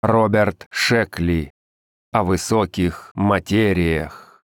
Роберт Шекли. О высоких материях.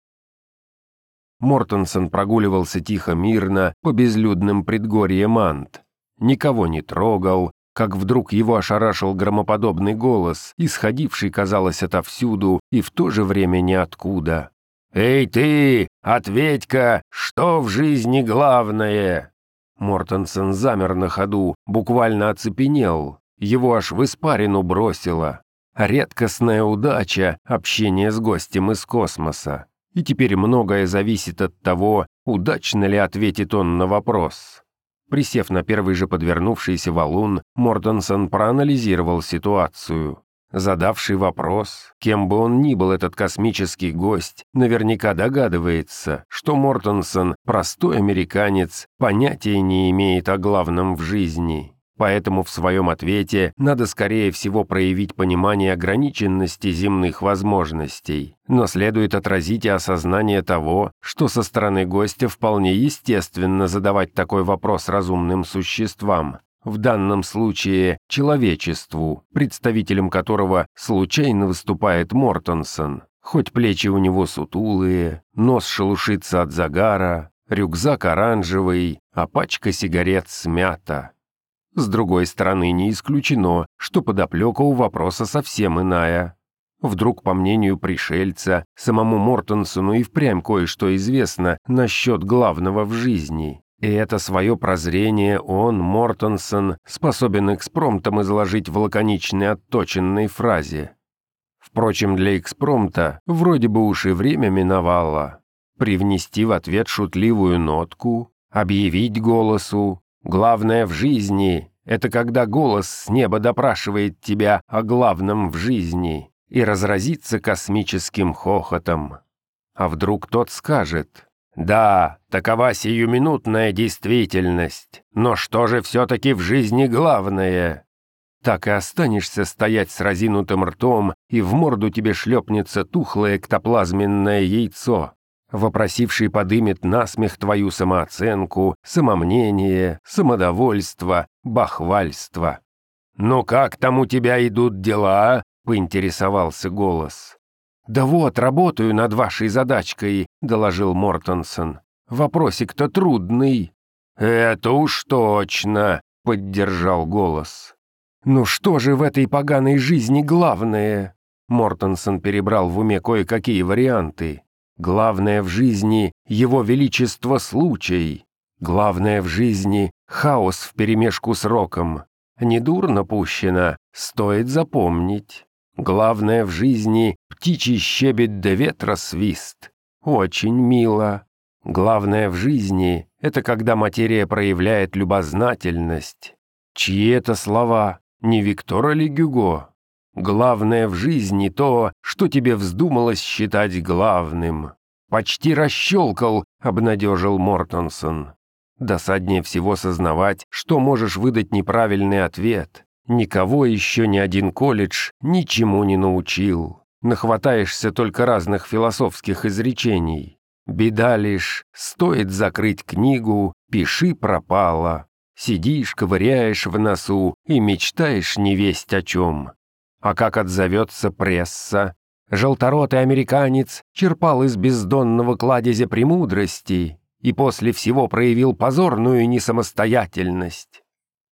Мортенсон прогуливался тихо-мирно по безлюдным предгорьям Анд. Никого не трогал, как вдруг его ошарашил громоподобный голос, исходивший, казалось, отовсюду и в то же время ниоткуда. «Эй ты, ответь-ка, что в жизни главное?» Мортенсон замер на ходу, буквально оцепенел. Его аж в испарину бросило. Редкостная удача — общение с гостем из космоса. И теперь многое зависит от того, удачно ли ответит он на вопрос. Присев на первый же подвернувшийся валун, Мортенсон проанализировал ситуацию. Задавший вопрос, кем бы он ни был этот космический гость, наверняка догадывается, что Мортенсон, простой американец, понятия не имеет о главном в жизни. Поэтому в своем ответе надо скорее всего проявить понимание ограниченности земных возможностей, но следует отразить и осознание того, что со стороны гостя вполне естественно задавать такой вопрос разумным существам, в данном случае человечеству, представителем которого случайно выступает Мортенсон, хоть плечи у него сутулые, нос шелушится от загара, рюкзак оранжевый, а пачка сигарет смята. С другой стороны, не исключено, что подоплека у вопроса совсем иная. Вдруг, по мнению пришельца, самому Мортенсону и впрямь кое-что известно насчет главного в жизни. И это свое прозрение он, Мортенсон, способен экспромтом изложить в лаконичной отточенной фразе. Впрочем, для экспромта вроде бы уж и время миновало. Привнести в ответ шутливую нотку, объявить голосу: «Главное в жизни — это когда голос с неба допрашивает тебя о главном в жизни», и разразиться космическим хохотом. А вдруг тот скажет: «Да, такова сиюминутная действительность, но что же все-таки в жизни главное?» Так и останешься стоять с разинутым ртом, и в морду тебе шлепнется тухлое эктоплазменное яйцо. Вопросивший подымет насмех твою самооценку, самомнение, самодовольство, бахвальство. «Ну как там у тебя идут дела?» — поинтересовался голос. «Да вот, работаю над вашей задачкой», — доложил Мортенсон. «Вопросик-то трудный». «Это уж точно», — поддержал голос. «Ну что же в этой поганой жизни главное?» Мортенсон перебрал в уме кое-какие варианты. «Главное в жизни — его величество случай. Главное в жизни — хаос вперемешку с роком. Недурно пущено, стоит запомнить. Главное в жизни — птичий щебет да ветра свист. Очень мило. Главное в жизни — это когда материя проявляет любознательность. Чьи это слова? Не Виктора ли Гюго? Главное в жизни то, что тебе вздумалось считать главным. Почти расщелкал, обнадежил Мортенсон. Досаднее всего сознавать, что можешь выдать неправильный ответ. Никого еще ни один колледж ничему не научил. Нахватаешься только разных философских изречений. Беда лишь, стоит закрыть книгу, пиши пропало. Сидишь, ковыряешь в носу и мечтаешь невесть о чем. А как отзовется пресса? Желторотый американец черпал из бездонного кладезя премудрости и после всего проявил позорную несамостоятельность.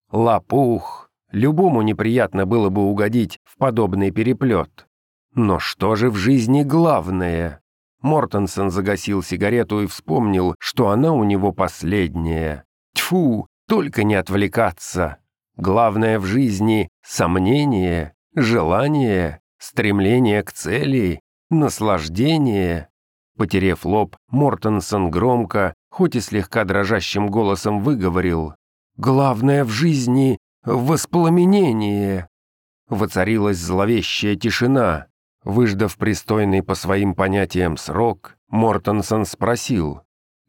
Лопух. Любому неприятно было бы угодить в подобный переплет. Но что же в жизни главное? Мортенсон загасил сигарету и вспомнил, что она у него последняя. Тьфу, только не отвлекаться. Главное в жизни — сомнение, желание, стремление к цели, наслаждение. Потерев лоб, Мортенсон громко, хоть и слегка дрожащим голосом выговорил: «Главное в жизни — воспламенение». Воцарилась зловещая тишина. Выждав пристойный по своим понятиям срок, Мортенсон спросил: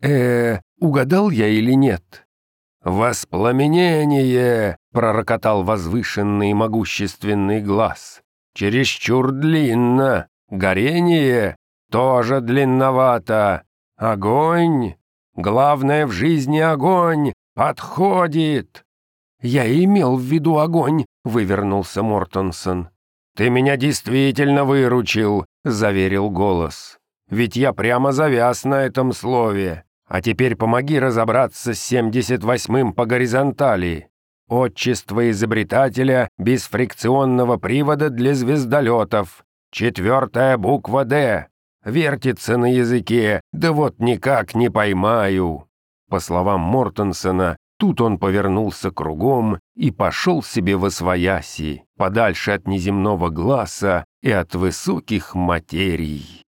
угадал я или нет?» «Воспламенение!» — пророкотал возвышенный и могущественный глаз. «Чересчур длинно. Горение тоже длинновато. Огонь! Главное в жизни огонь! Подходит!» «Я имел в виду огонь», — вывернулся Мортенсон. «Ты меня действительно выручил», — заверил голос. «Ведь я прямо завяз на этом слове. А теперь помоги разобраться с 78-м по горизонтали. Отчество изобретателя бисфрикционного привода для звездолетов. 4-я буква «Д». Вертится на языке, да вот никак не поймаю». По словам Мортенсона, тут он повернулся кругом и пошел себе восвояси, подальше от неземного глаза и от высоких материй.